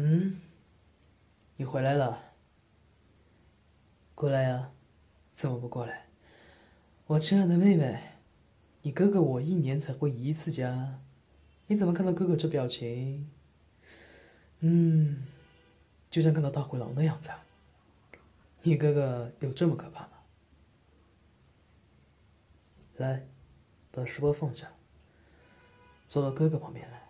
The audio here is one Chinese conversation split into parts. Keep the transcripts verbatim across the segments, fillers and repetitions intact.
嗯，你回来了，过来呀、怎么不过来？我亲爱的妹妹，你哥哥我一年才回一次家，你怎么看到哥哥这表情？嗯，就像看到大灰狼的样子啊。你哥哥有这么可怕吗？来，把书包放下，坐到哥哥旁边来。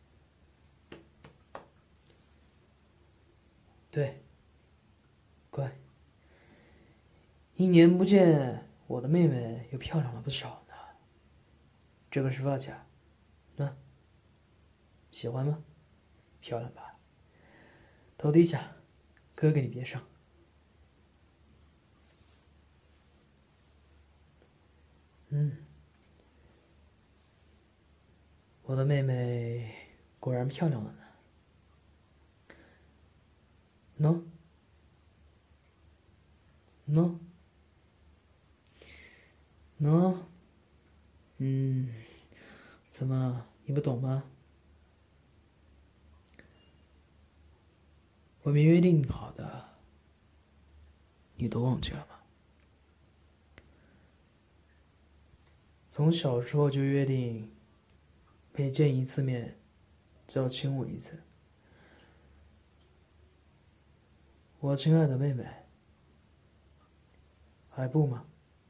对，乖。一年不见，我的妹妹又漂亮了不少呢。这个是发卡，那喜欢吗？漂亮吧？头低下，哥给你别上。嗯，我的妹妹果然漂亮了呢。喏，喏，喏，嗯，怎么你不懂吗？我们约定好的，你都忘记了吗？从小时候就约定，每见一次面就要亲我一次。我亲爱的妹妹，还不吗？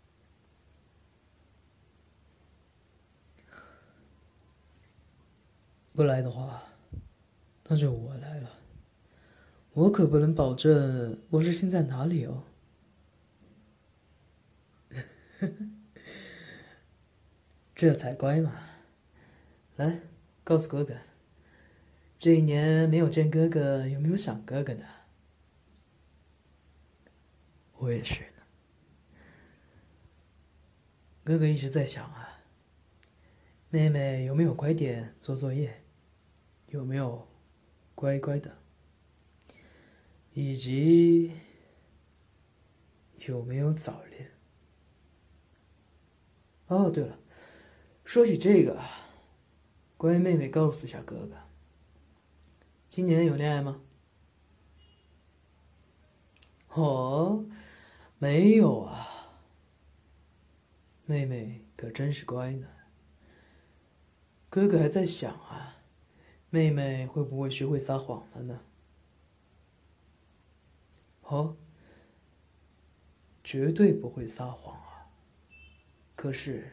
不来的话，那就我来了。我可不能保证我是心在哪里哦。这才乖嘛！来，告诉哥哥，这一年没有见哥哥，有没有想哥哥呢？我也是呢。哥哥一直在想啊，妹妹有没有乖点做作业，有没有乖乖的，以及有没有早恋。哦，对了，说起这个，乖妹妹告诉一下哥哥，今年有恋爱吗？哦，没有啊。妹妹可真是乖呢。哥哥还在想啊，妹妹会不会学会撒谎了呢？哦，绝对不会撒谎啊。可是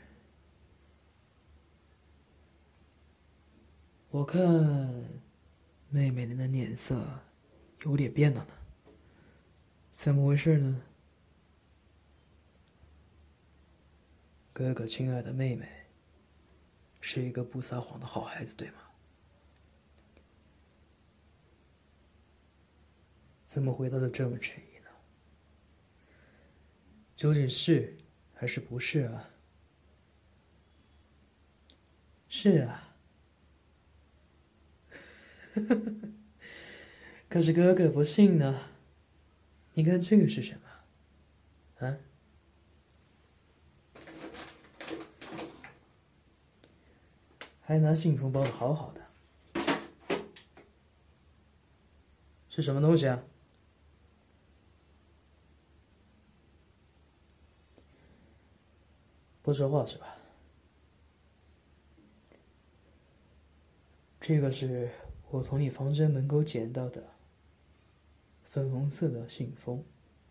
我看妹妹的脸色有点变了呢，怎么回事呢？哥哥亲爱的妹妹是一个不撒谎的好孩子，对吗？怎么回答的这么迟疑呢？究竟是还是不是啊？是啊。可是哥哥不信呢。你看这个是什么？啊？还拿信封包的好好的，是什么东西啊？不说话是吧？这个是我从你房间门口捡到的粉红色的信封。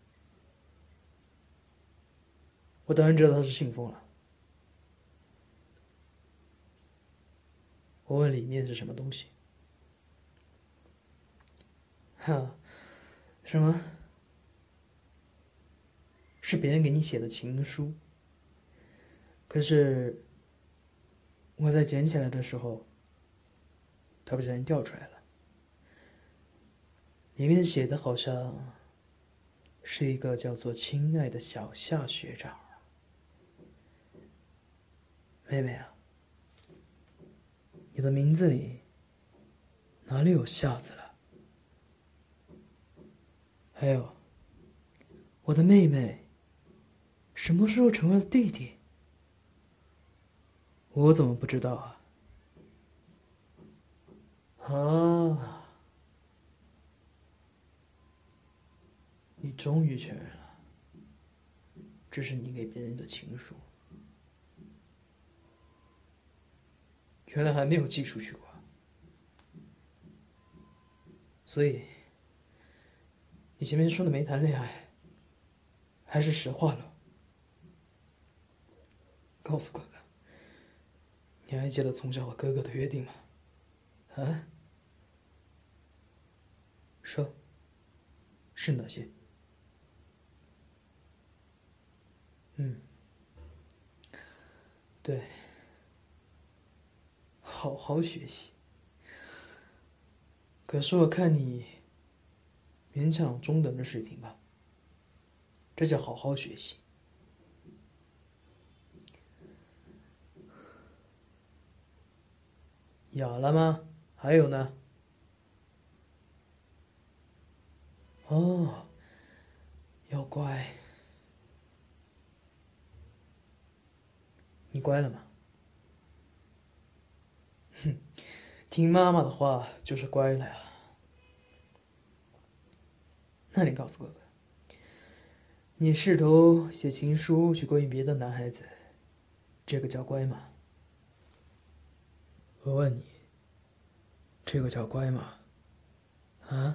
我当然知道它是信封了。我问里面是什么东西？哈，什么？是别人给你写的情书。可是我在捡起来的时候，它不小心掉出来了。里面写的好像是一个叫做“亲爱的小夏学长”。妹妹啊，你的名字里哪里有夏字了？还有，我的妹妹什么时候成了弟弟？我怎么不知道啊？啊， 你终于承认了，这是你给别人的情书，原来还没有寄出去过，所以你前面说的没谈恋爱，还是实话了。告诉哥哥，你还记得从小和哥哥的约定吗？啊？说，是哪些？嗯，对，好好学习。可是我看你勉强中等的水平吧，这叫好好学习。哑了吗？还有呢？哦，要乖。你乖了吗？哼，听妈妈的话就是乖了呀。那你告诉哥哥，你试图写情书去勾引别的男孩子，这个叫乖吗？我问你，这个叫乖吗？啊？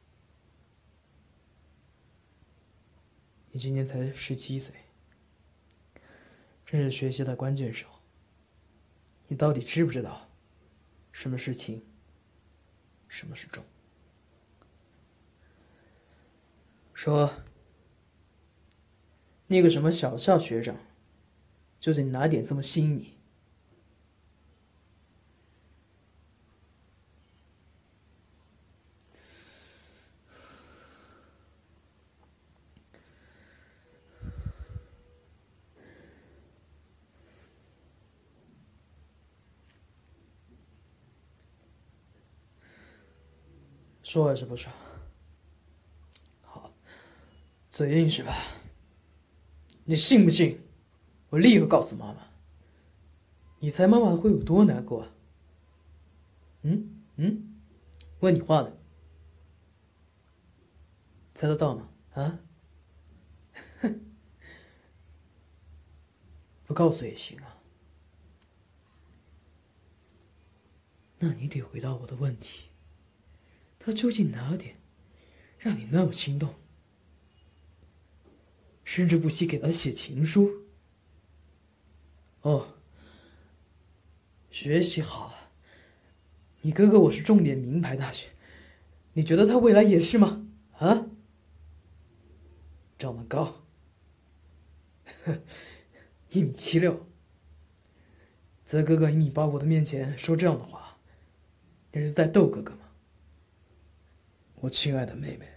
你今年才十七岁，正是学习的关键时候。你到底知不知道，什么是轻，什么是重？说，那个什么小校学长，就是你哪点这么吸引你？说还是不说？好，嘴硬是吧？你信不信？我立刻告诉妈妈。你猜妈妈会有多难过啊？嗯嗯，问你话呢，猜得到吗？啊？不告诉也行啊。那你得回答我的问题，他究竟哪点让你那么心动，甚至不惜给他写情书？哦，学习好啊。你哥哥我是重点名牌大学，你觉得他未来也是吗？啊？长得高，一米七六，在哥哥一米八五的面前说这样的话，你是在逗哥哥吗？我亲爱的妹妹，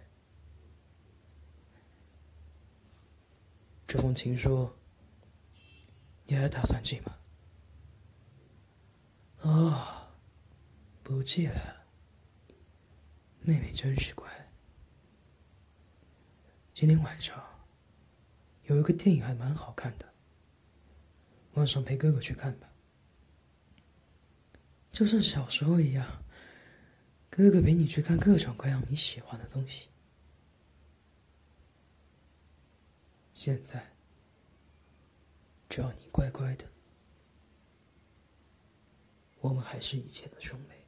这封情书你还打算寄吗？啊、哦，不寄了。妹妹真是乖。今天晚上有一个电影还蛮好看的，晚上陪哥哥去看吧。就像小时候一样，哥哥陪你去看各种各样你喜欢的东西。现在，只要你乖乖的，我们还是以前的兄妹。